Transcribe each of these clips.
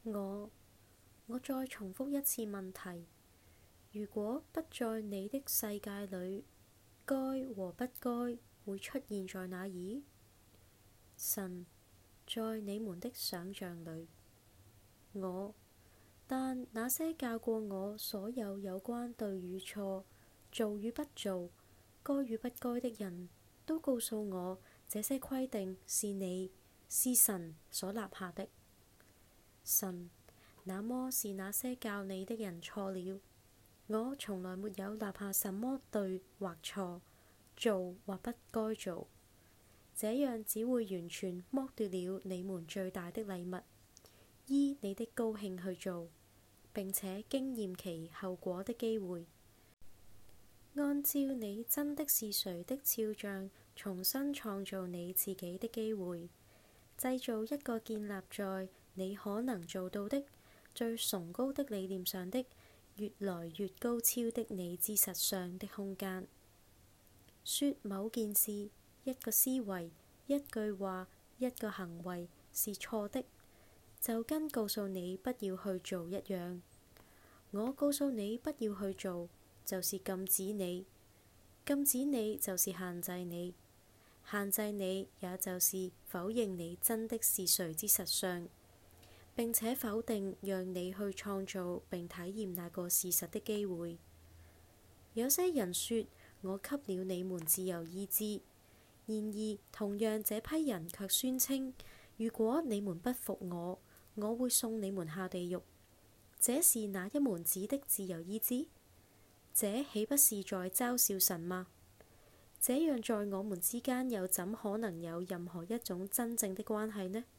我再重複一次問題：如果不在你的世界裏，該和不該會出現在哪兒？神：在你們的想像裏。但那些教過我所有有關對與錯、做與不做、該與不該的人，都告訴我，這些規定是神所立下的。神：那麼是那些教你的人錯了。我從來沒有立下什麼對或錯，做或不該做，這樣只會完全剝奪了你們最大的禮物，依你的高興去做，並且經驗其後果的機會，按照你真的是誰的肖像重新創造你自己的機會，製造一個建立在你可能做到的最崇高的理念上的越來越高超的你之實相的空間。說某件事、一個思維、一句話、一個行為是錯的，就跟告訴你不要去做一樣。我告訴你不要去做，就是禁止你；禁止你就是限制你；限制你也就是否認你真的是誰之實相，並且否定讓你去創造並體驗那個事實的機會。有些人說我給了你們自由意志，然而同樣這批人卻宣稱，如果你們不服我會送你們下地獄。這是哪一門子的自由意志？這豈不是在嘲笑神嗎？這樣在我們之間又怎可能有任何一種真正的關係呢？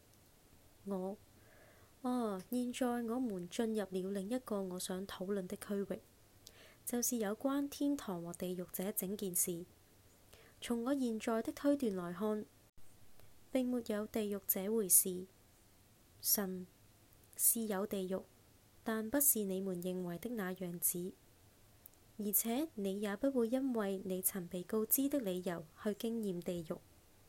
現在我們進入了另一個我想討論的區域，就是有關天堂和地獄這整件事。從我現在的推斷來看，並沒有地獄這回事。神：是有地獄，但不是你們認為的那樣子，而且你也不會因為你曾被告知的理由去經驗地獄。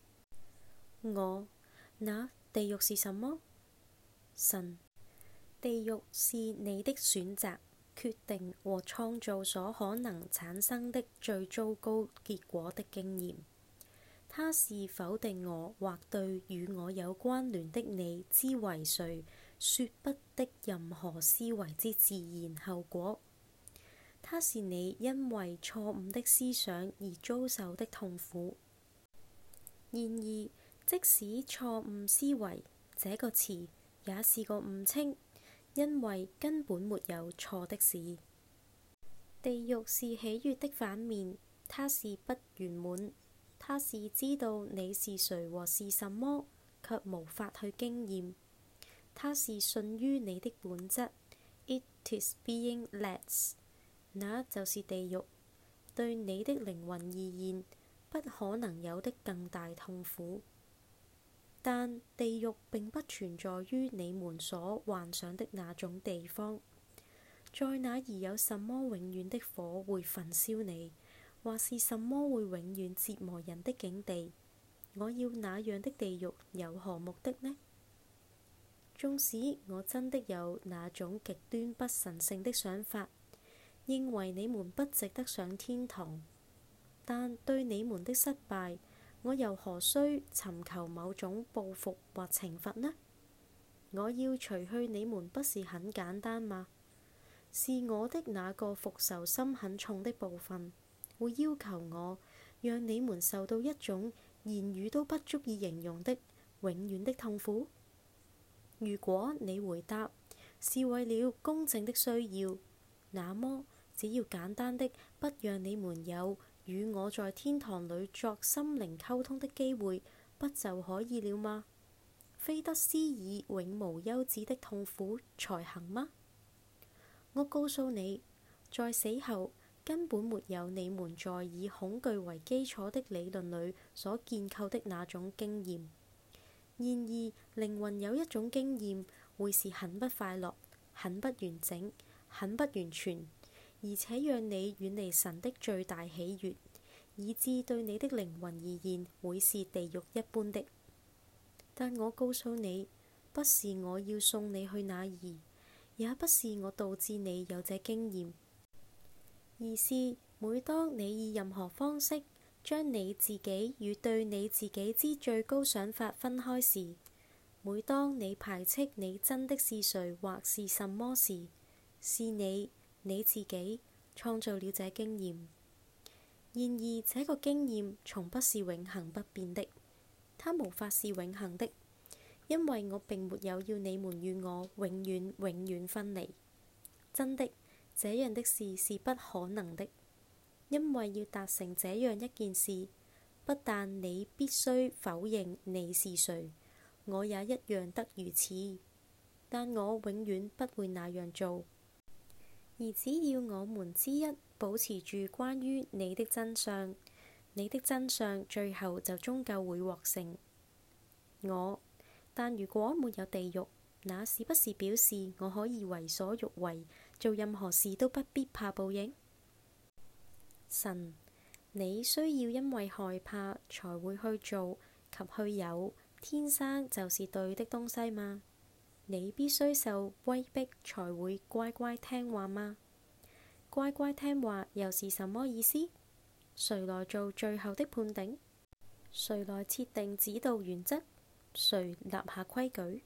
那地獄是什麼？神：地獄是你的選擇、決定和創造所可能產生的最糟糕結果的經驗。它是否定我或對與我有關聯的你之為誰說不的任何思維之自然後果。它是你因為錯誤的思想而遭受的痛苦。然而，即使錯誤思維這個詞也是個誤稱，因為根本沒有錯的事。地獄是喜悅的反面，它是不圓滿，它是知道你是誰和是什麼，卻無法去經驗。它是順於你的本質 ，it is being less， 那就是地獄。對你的靈魂而言，不可能有的更大痛苦。但地獄並不存在於你們所幻想的那種地方，在那兒有什麼永遠的火會焚燒你，或是什麼會永遠折磨人的境地。我要那樣的地獄有何目的呢？縱使我真的有那種極端不神聖的想法，認為你們不值得上天堂，但對你們的失敗，我又何須尋求某種報復或懲罰呢？我要除去你們不是很簡單嗎？是我的那個復仇心很重的部分，會要求我讓你們受到一種言語都不足以形容的永遠的痛苦。如果你回答是為了公正的需要，那麼只要簡單的不讓你們有與我在天堂裏作心靈溝通的機會，不就可以了嗎？非得施以永無休止的痛苦才行嗎？我告訴你，在死後根本沒有你們在以恐懼為基礎的理論裏所建構的那種經驗。然而，靈魂有一種經驗會是很不快樂、很不完整、很不完全，而且讓你遠離神的最大喜悅，以致對你的靈魂而言會是地獄一般的。但我告訴你， 不是我要送你去哪兒，也不是我導致你有這經驗，而是每當你以任何方式將你自己與對你自己之最高想法分開時，每當你排斥你真的是誰或是什麼時，是你自己創造了這經驗。然而，這個經驗從不是永恆不變的，它無法是永恆的，因為我並沒有要你們與我永遠分離。真的，這樣的事是不可能的，因為要達成這樣一件事，不但你必須否認你是誰，我也一樣得如此，但我永遠不會那樣做。而只要我們之一保持住關於你的真相，你的真相最後就終究會獲勝。但如果沒有地獄，那是不是表示我可以為所欲為，做任何事都不必怕報應？神，你需要因為害怕才會去做及去有天生就是對的東西嗎？你必須受威逼才會乖乖聽話嗎？乖乖聽話又是什麼意思？誰來做最後的判定？誰來設定指導原則？誰立下規矩？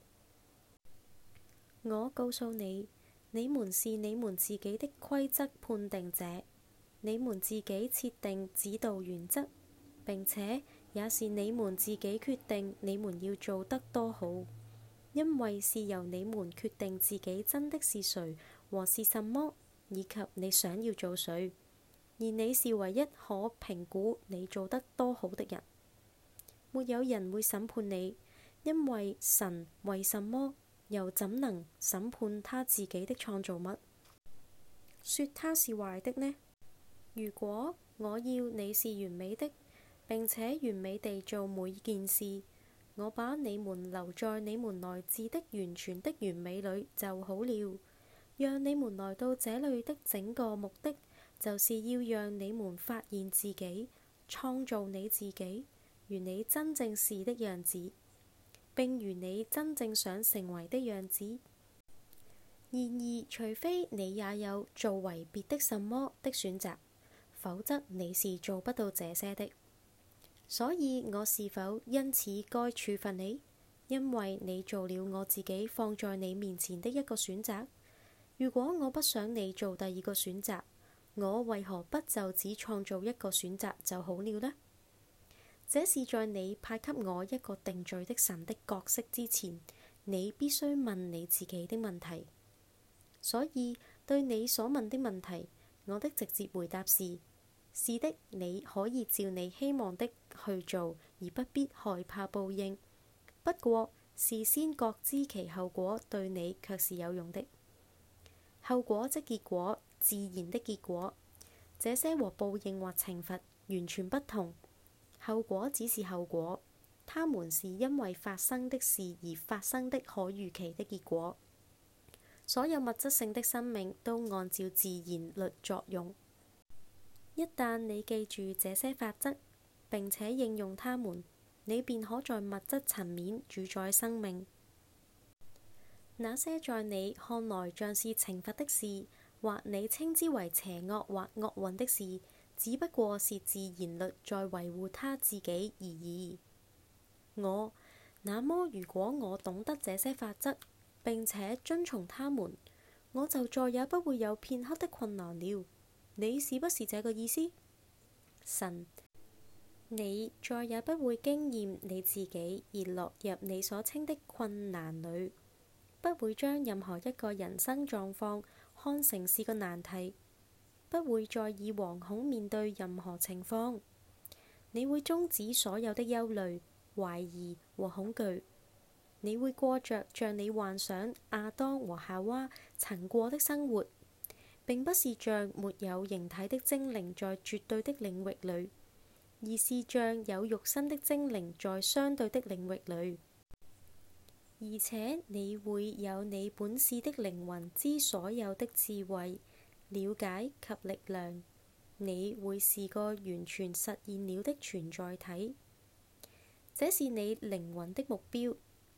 我告訴你，你們是你們自己的規則判定者，你們自己設定指導原則，並且也是你們自己決定你們要做得多好。因為是由你們決定自己真的是誰和是什麼，以及你想要做誰，而你是唯一可評估你做得多好的人。沒有人會審判你，因為神為什麼又怎能審判他自己的創造物？說他是壞的呢？如果我要你是完美的，並且完美地做每件事，我把你們留在你們來自的完全的完美裏就好了。讓你們來到這裏的整個目的，就是要讓你們發現自己，創造你自己，如你真正是的樣子，並如你真正想成為的樣子。然而，除非你也有做為別的什麼的選擇，否則你是做不到這些的。所以我是否因此該處罰你？因為你做了我自己放在你面前的一個選擇。如果我不想你做第二個選擇，我為何不就只創造一個選擇就好了呢？這是在你派給我一個定罪的神的角色之前，你必須問你自己的問題。所以對你所問的問題，我的直接回答是：是的，你可以照你希望的去做，而不必害怕報應。不過事先覺知其後果對你卻是有用的。後果即結果，自然的結果，這些和報應或懲罰完全不同。後果只是後果，它們是因為發生的事而發生的可預期的結果。所有物質性的生命都按照自然律作用。一旦你記住這些法則，並且應用它們，你便可在物質層面主宰生命。那些在你看來像是懲罰的事，或你稱之為邪惡或惡運的事，只不過是自然律在維護他自己而已。那麼如果我懂得這些法則，並且遵從他們，我就再也不會有片刻的困難了。你是不是這個意思？神，你再也不會經驗你自己而落入你所稱的困難裏，不會將任何一個人生狀況看成是個難題，不會再以惶恐面對任何情況。你會終止所有的憂慮、懷疑和恐懼。你會過着像你幻想亞當和夏娃曾過的生活，並不是像沒有形體的精靈在絕對的領域裏，而是像有肉身的精靈在相對的領域裏。而且你會有你本是的靈魂之所有的智慧、了解及力量。你會是個完全實現了的存在體。這是你靈魂的目標。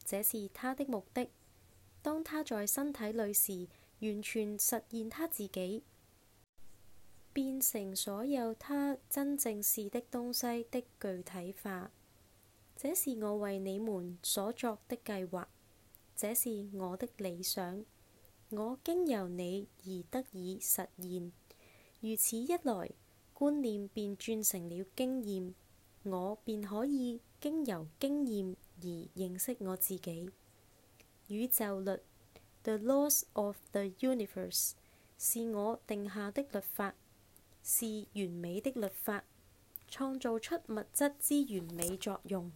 這是他的目的。當他在身體裏時，完全實現他自己，變成所有他真正是的東西的具體化。這是我為你們所作的計劃，這是我的理想，我經由你而得以實現。如此一來，觀念便轉成了經驗，我便可以經由經驗而認識我自己。宇宙律 The laws of the universe 是我定下的律法，是完美的律法，創造出物質之完美作用。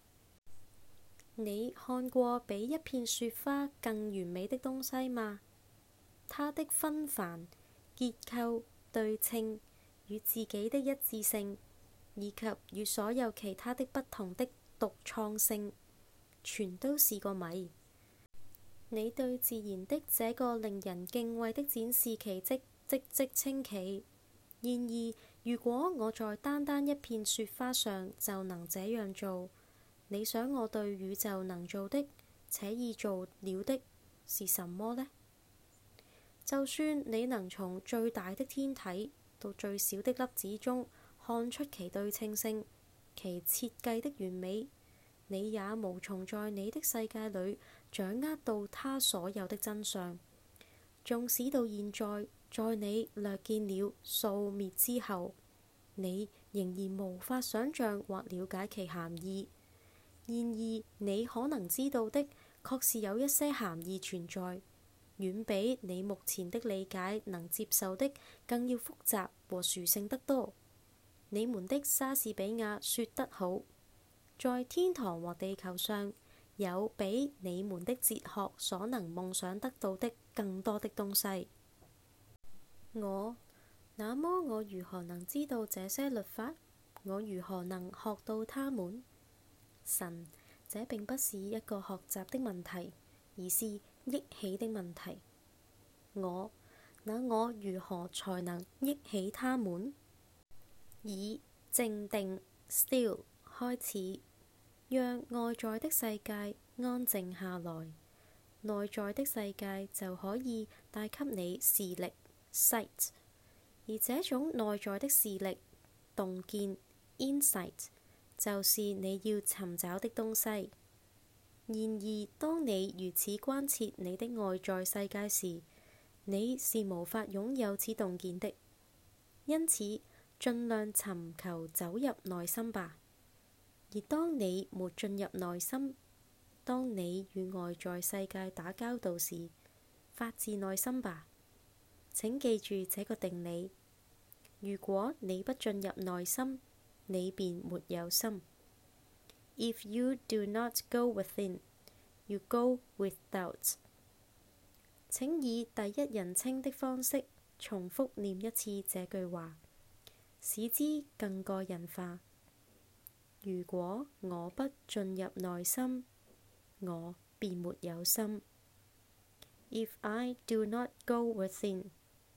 你看過比一片雪花更完美的東西嗎？它的紛繁、結構、對稱，與自己的一致性，以及與所有其他的不同的獨創性，全都是個謎。你對自然的這個令人敬畏的展示奇蹟嘖嘖稱奇。然而，如果我在單單一片雪花上就能這樣做，你想我對宇宙能做的，且已做了的是什麼呢？就算你能從最大的天體到最小的粒子中看出其對稱性、其設計的完美，你也無從在你的世界裏掌握到它所有的真相。縱使到現在，在你略見了數滅之後，你仍然無法想像或了解其涵義。然而，你可能知道的，確是有一些涵義存在，遠比你目前的理解能接受的更要複雜和殊勝得多。你們的莎士比亞說得好，在天堂和地球上有比你們的哲學所能夢想得到的更多的東西。那麼我如何能知道這些律法？我如何能學到它們？神，這並不是一個學習的問題，而是憶起的問題。那我如何才能憶起它們？以靜定 still 開始，讓外在的世界安靜下來，內在的世界就可以帶給你視力 sight， 而這種內在的視力洞見 insight，就是你要尋找的東西。然而，當你如此關切你的外在世界時，你是無法擁有此洞見的。因此，盡量尋求走入內心吧。而當你沒進入內心，當你與外在世界打交道時，發自內心吧。請記住這個定理：如果你不進入內心，你便沒有心。If you do not go within, you go without。請以第一人稱的方式重複念一次這句話，使之更個人化。如果我不進入內心，我便沒有心。If I do not go within,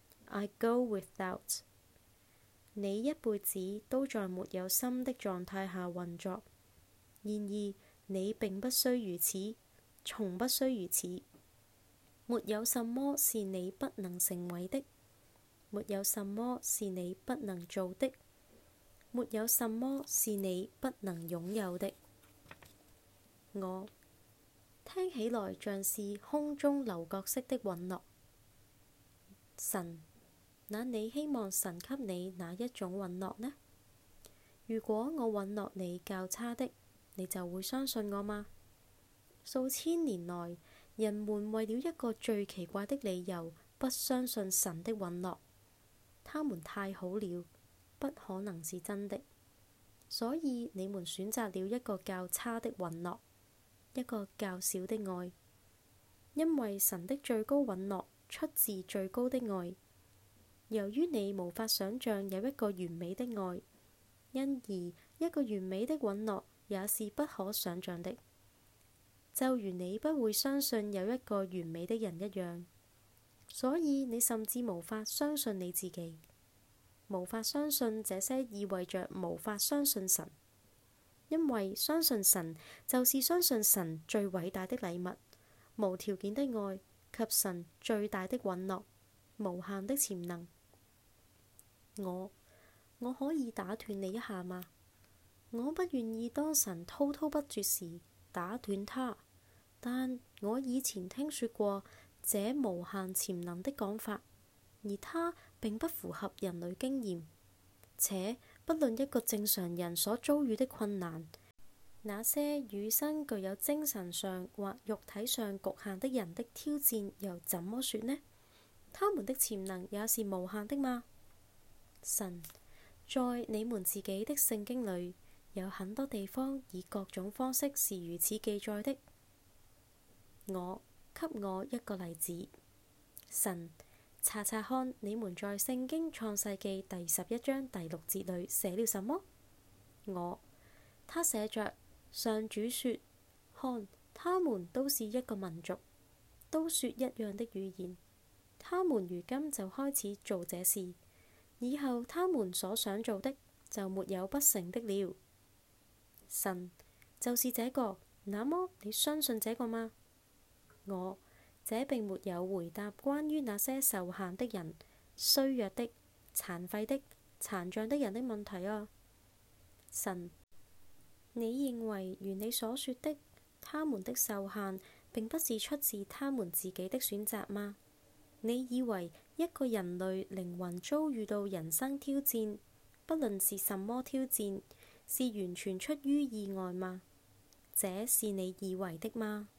I go without。你一輩子都在沒有心的狀態下運作，然而你並不需如此，從不需如此。沒有什麼是你不能成為的，沒有什麼是你不能做的，沒有什麼是你不能擁有的。我聽起來像是空中樓閣式的隕落。神，那你希望神給你哪一種隕落呢？如果我隕落你較差的，你就會相信我嗎？數千年來，人們為了一個最奇怪的理由不相信神的隕落，他們太好了，不可能是真的。所以你們選擇了一個較差的隕落，一個較少的愛，因為神的最高隕落出自最高的愛。由於你無法想像有一個完美的愛，因而一個完美的隕落也是不可想像的。就如你不會相信有一個完美的人一樣，所以你甚至無法相信你自己，無法相信這些意味着無法相信神。 因為相信神就是相信神最偉大的禮物，無條件的愛及神最大的允諾，無限的潛能。我可以打斷你一下嗎？我不願意當神滔滔不絕時打斷他，但我以前聽說過這無限潛能的講法，而它並不符合人類經驗。且不論一個正常人所遭遇的困難，那些與生具有精神上或肉體上局限的人的挑戰又怎麼說呢？他們的潛能也是無限的嗎？神在你們自己的聖經裏有很多地方以各種方式是如此記載的。給我一個例子。神，查查看你們在聖經創世記第11章第6節裏寫了什麼？他寫着，上主說，看，他們都是一個民族，都說一樣的語言，他們如今就開始做這事，以後他們所想做的就沒有不成的了。神，就是這個，那麼你相信這個嗎？這並沒有回答關於那些受限的人、衰弱的、殘廢的、殘障的人的問題啊。神，你認為如你所說的，他們的受限並不是出自他們自己的選擇嗎？你以為一個人類靈魂遭遇到人生挑戰，不論是什麼挑戰，是完全出於意外嗎？這是你以為的嗎？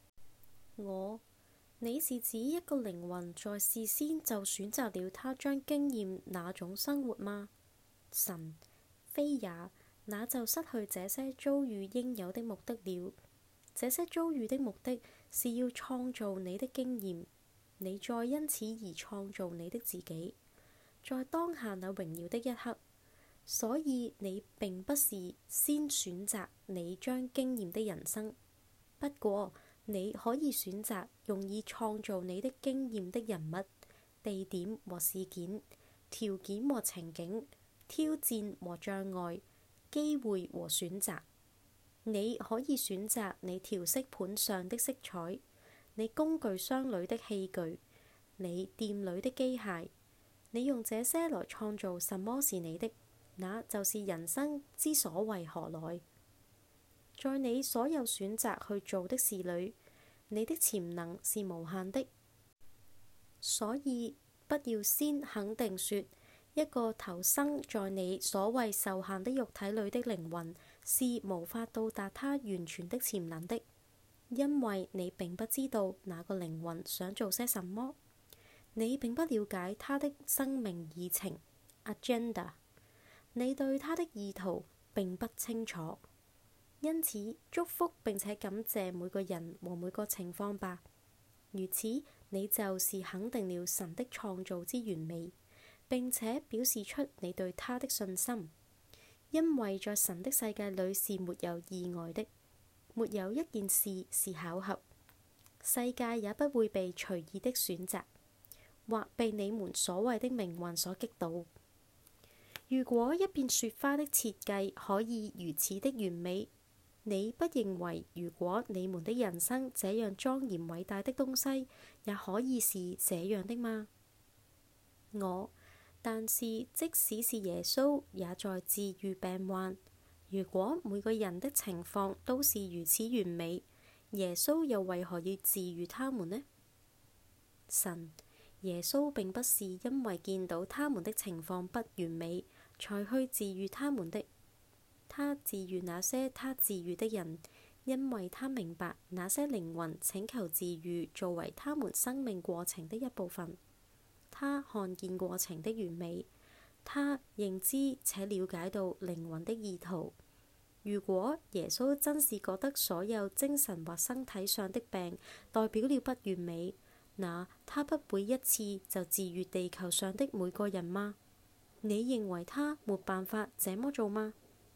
你是指一個靈魂在事先就選擇了他將經驗那種生活嗎？神，非也，那就失去這些遭遇應有的目的了。這些遭遇的目的是要創造你的經驗，你再因此而創造你的自己，在當下那榮耀的一刻。所以你並不是先選擇你將經驗的人生，不過你可以選擇用以創造你的經驗的人物、地點和事件、條件和情景、挑戰和障礙、機會和選擇。你可以選擇你調色盤上的色彩，你工具箱裏的器具，你店裏的機械。你用這些來創造什麼是你的，那就是人生之所為何來。在你所有選擇去做的事裏，你的潛能是無限的。所以不要先肯定說，一個投生在你所謂受限的肉體裏的靈魂是無法到達它完全的潛能的，因為你並不知道那個靈魂想做些什麼，你並不了解他的生命議程 agenda， 你對他的意圖並不清楚。因此，祝福並且感謝每個人和每個情況吧。如此，你就是肯定了神的創造之完美，並且表示出你對他的信心。因為在神的世界裏是沒有意外的，沒有一件事是巧合，世界也不會被隨意的選擇，或被你們所謂的命運所擊倒。如果一片雪花的設計可以如此的完美，你不認為如果你們的人生這樣莊嚴偉大的東西也可以是這樣的嗎？但是即使是耶穌也在治癒病患。如果每個人的情況都是如此完美，耶穌又為何要治癒他們呢？神，耶穌並不是因為見到他們的情況不完美才去治癒他們的。他治癒那些他治癒的人，因為他明白那些靈魂請求治癒作為他們生命過程的一部分。他看見過程的完美，他認知且了解到靈魂的意圖。如果耶穌真是覺得所有精神或身體上的病代表了不完美，那他不會一次就治癒地球上的每個人嗎？你認為他沒辦法這麼做嗎？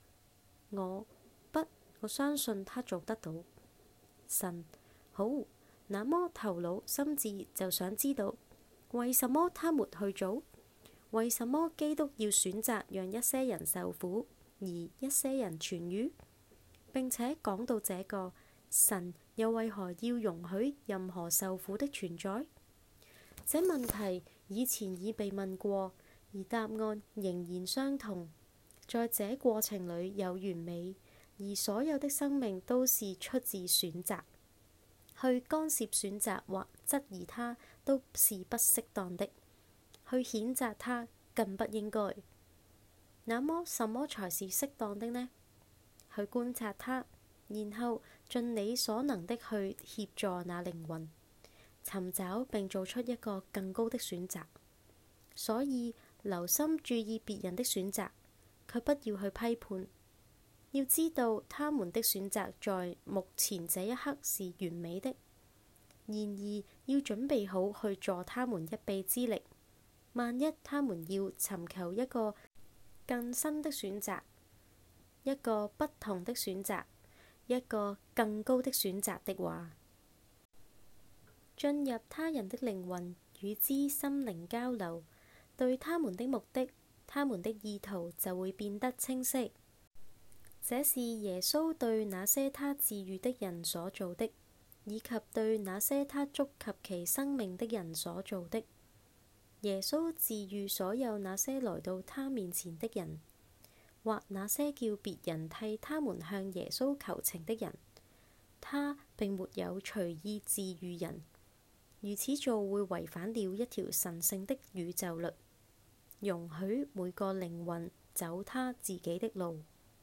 我相信他做得到。神，好，那麼頭腦心智就想知道，為什麼他沒去做？為什麼基督要選擇讓一些人受苦，而一些人痊癒？ 並且講到這個，神又為何要容許任何受苦的存在？這問題以前已被問過，而答案仍然相同。在這過程裏有完美，而所有的生命都是出自選擇。去干涉選擇或質疑它都是不適當的，去譴責它更不應該。那麼什麼才是適當的呢？去觀察它，然後盡你所能的去協助那靈魂尋找並做出一個更高的選擇。所以留心注意別人的選擇，卻不要去批判。要知道他們的選擇在目前這一刻是完美的，然而要準備好去助他們一臂之力。萬一他們要尋求一個更新的選擇，一個不同的選擇，一個更高的選擇的話，進入他人的靈魂與之心靈交流，對他們的目的、他們的意圖就會變得清晰。這是耶穌對那些他治癒的人所做的，以及對那些他觸及其生命的人所做的。耶穌治癒所有那些來到他面前的人，或那些叫別人替他們向耶穌求情的人。他並沒有隨意治癒人，如此做會違反了一條神聖的宇宙律，容許每個靈魂走他自己的路。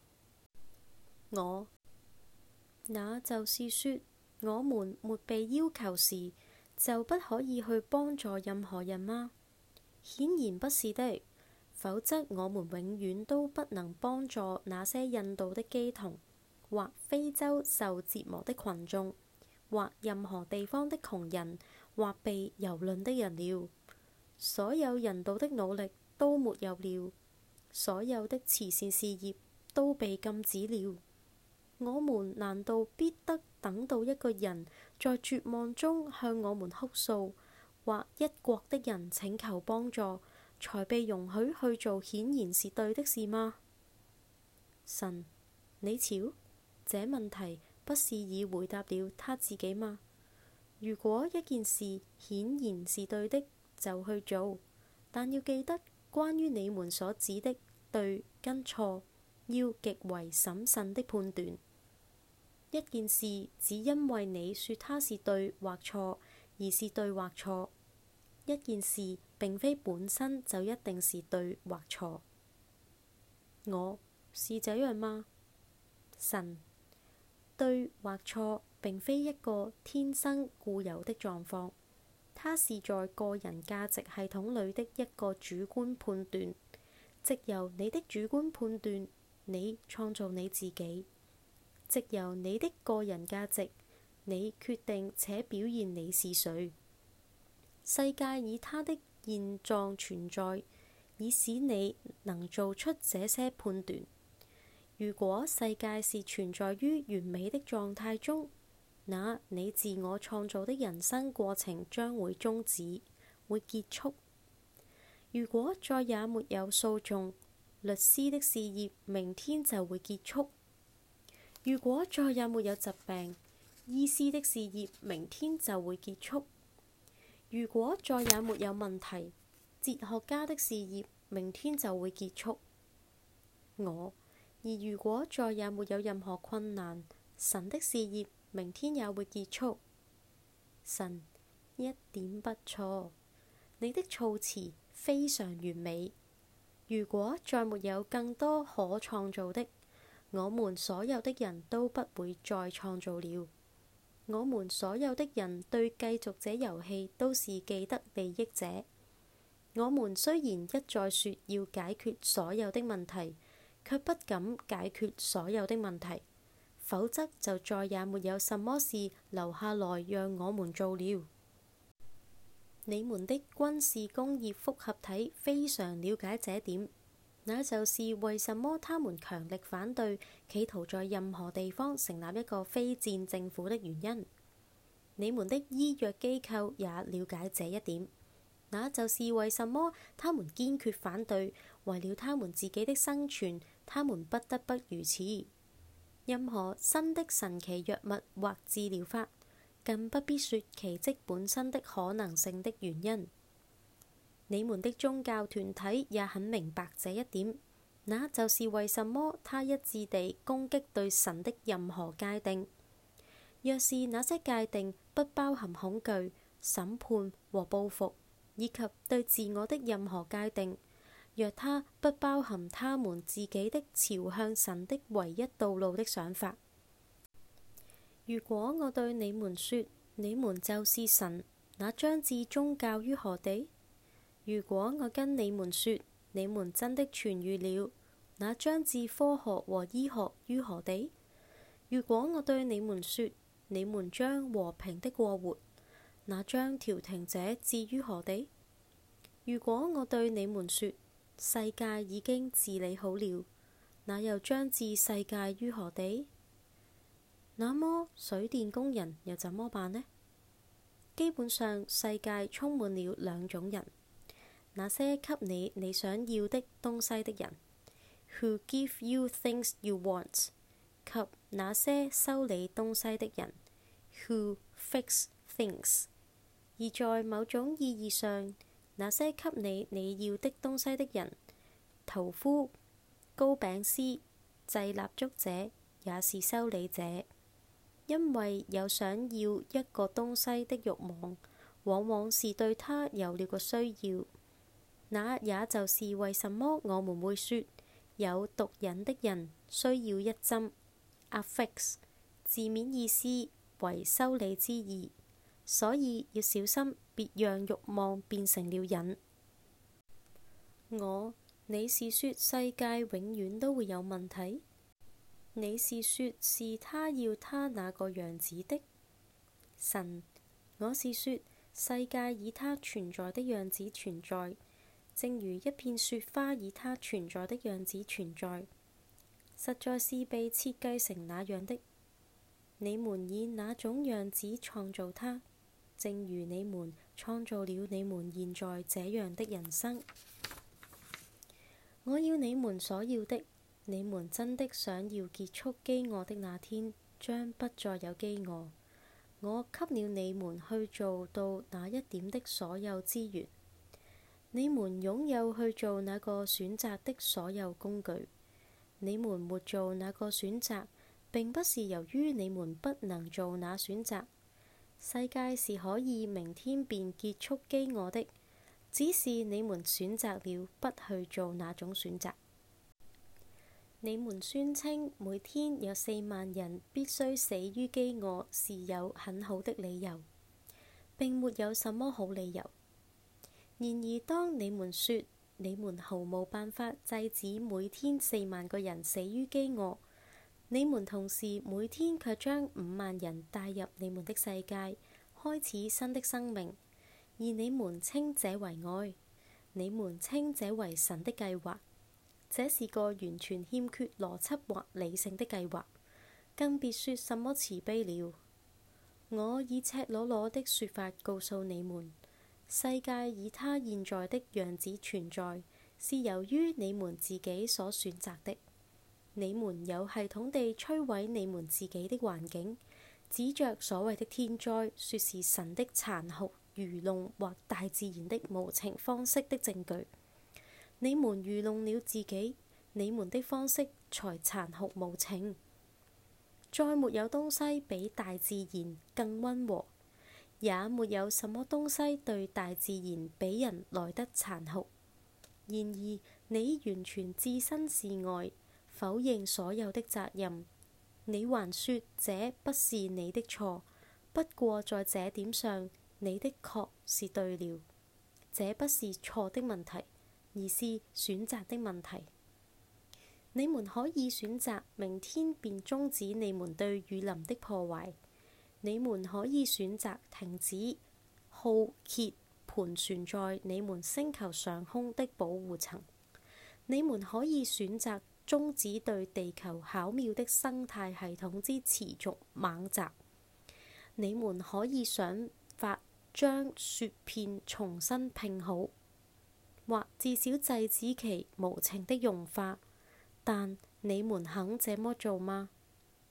那就是說，我們沒被要求時，就不可以去幫助任何人嗎？顯然不是的，否則我們永遠都不能幫助那些印度的乩童，或非洲受折磨的群眾，或任何地方的窮人，或被蹂躪的人了。所有人道的努力都沒有了，所有的慈善事業都被禁止了。我們難道必得等到一個人在絕望中向我們哭訴，或一國的人請求幫助，才被容許去做顯然是對的事嗎？神，你瞧，這問題不是已回答了他自己嗎？如果一件事顯然是對的，就去做，但要記得，關於你們所指的對跟錯，要極為審慎的判斷。一件事只因為你說它是對或錯，而是對或錯。一件事並非本身就一定是對或錯。我是這樣嗎？神，對或錯並非一個天生固有的狀況，它是在個人價值系統裏的一個主觀判斷。藉由你的主觀判斷，你創造你自己。藉由你的個人價值，你決定且表現你是誰。世界以它的現狀存在，以使你能做出這些判斷。如果世界是存在於完美的狀態中，那你自我創造的人生過程將會終止，會結束。如果再也沒有訴訟，律師的事業明天就會結束。如果再也沒有疾病，醫師的事業明天就會結束。如果再也沒有問題，哲學家的事業明天就會結束。而如果再也沒有任何困難，神的事業明天也會結束。神，一點不錯，你的措辭非常完美。如果再沒有更多可創造的，我們所有的人都不會再創造了。我們所有的人對繼續這遊戲都是既得利益者。我們雖然一再說要解決所有的問題，卻不敢解決所有的問題，否則就再也沒有什麼事留下來讓我們做了。你們的軍事工業複合體非常了解這點。那就是為什麼他們強力反對，企圖在任何地方成立一個非戰政府的原因。你們的醫藥機構也了解這一點。那就是為什麼他們堅決反對，為了他們自己的生存，他們不得不如此。 任何新的神奇藥物或治療法，更不必說奇蹟本身的可能性的原因。你們的宗教團體也很明白這一點，那就是為什麼他一致地攻擊對神的任何界定。若是那些界定不包含恐懼、審判和報復，以及對自我的任何界定，若它不包含他們自己的朝向神的唯一道路的想法。如果我對你們說，你們就是神，那將置宗教於何地？如果我跟你們說，你們真的痊癒了，那將置科學和醫學於何地？如果我對你們說，你們將和平的過活，那將調停者置於何地？如果我對你們說，世界已經治理好了，那又將置世界於何地？那麼水電工人又怎麼辦呢？基本上，世界充滿了兩種人。那些給你想要的東西的人 ，who give you things you want， 及那些修理東西的人 ，who fix things。而在某種意義上，那些給你要的東西的人，屠夫、糕餅師、製蠟燭者，也是修理者，因為有想要一個東西的慾望，往往是對他有了個需要。那也就是為什麼我們會說有毒癮的人需要一針 affix， 字面意思為修理之意，所以要小心，別讓慾望變成了癮。你是說世界永遠都會有問題？你是說是他要他那個樣子的？神，我是說世界以他存在的樣子存在。正如一片雪花以它存在的樣子存在，實在是被設計成那樣的。你們以那種樣子創造它，正如你們創造了你們現在這樣的人生。我要你們所要的，你們真的想要結束飢餓的那天，將不再有飢餓。我給了你們去做到那一點的所有資源。你們擁有去做那個選擇的所有工具。你們沒做那個選擇，並不是由於你們不能做那選擇。世界是可以明天便結束飢餓的，只是你們選擇了不去做那種選擇。你們宣稱每天有4萬人必須死於飢餓是有很好的理由，並沒有什麼好理由。然而，當你們說你們毫無辦法制止每天4萬個人死於飢餓，你們同時每天卻將5萬人帶入你們的世界，開始新的生命，而你們稱這為愛，你們稱這為神的計劃，這是個完全欠缺邏輯或理性的計劃，更別說什麼慈悲了。我以赤裸裸的說法告訴你們。世界以它現在的樣子存在，是由於你們自己所選擇的。你們有系統地摧毀你們自己的環境，指着所謂的天災，說是神的殘酷、愚弄或大自然的無情方式的證據。你們愚弄了自己，你們的方式才殘酷無情。再沒有東西比大自然更溫和。也沒有什麼東西對大自然比人來得殘酷。然而，你完全置身事外，否認所有的責任。你還說這不是你的錯，不過在這點上，你的確是對了。這不是錯的問題，而是選擇的問題。你們可以選擇明天便終止你們對雨林的破壞。你們可以選擇停止浩劫盤旋在你們星球上空的保護層。你們可以選擇終止對地球巧妙的生態系統之持續猛襲。你們可以想法將雪片重新拼好，或至少制止其無情的融化。但你們肯這麼做嗎？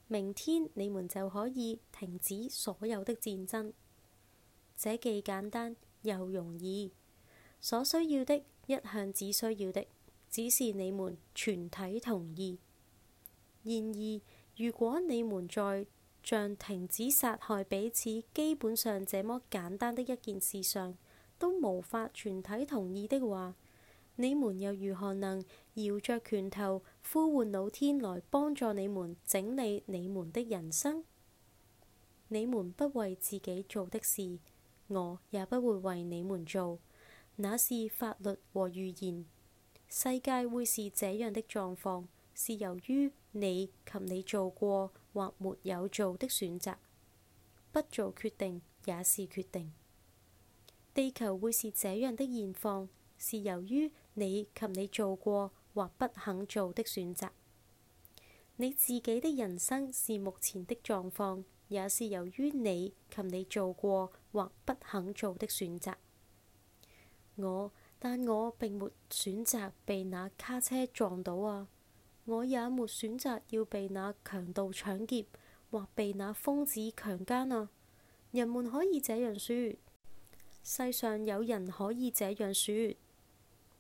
明天你們就可以停止所有的戰爭。這既簡單又容易。所需要的一向只需要的，只是你們全體同意。然而，如果你們在像停止殺害彼此基本上這麼簡單的一件事上都無法全體同意的話，你們又如何能搖着拳頭呼喚老天來幫助你們整理你們的人生？你們不為自己做的事，我也不會為你們做。那是法律和預言。世界會是這樣的狀況，是由於你及你做過或沒有做的選擇。不做決定也是決定。地球會是這樣的現況，是由於你及你做過或不肯做的選擇。你自己的人生是目前的狀況，也是由於你及你做過或不肯做的選擇。但我並沒選擇被那卡車撞到啊！我也沒選擇要被那強盜搶劫或被那瘋子強姦啊！人們可以這樣說，世上有人可以這樣說，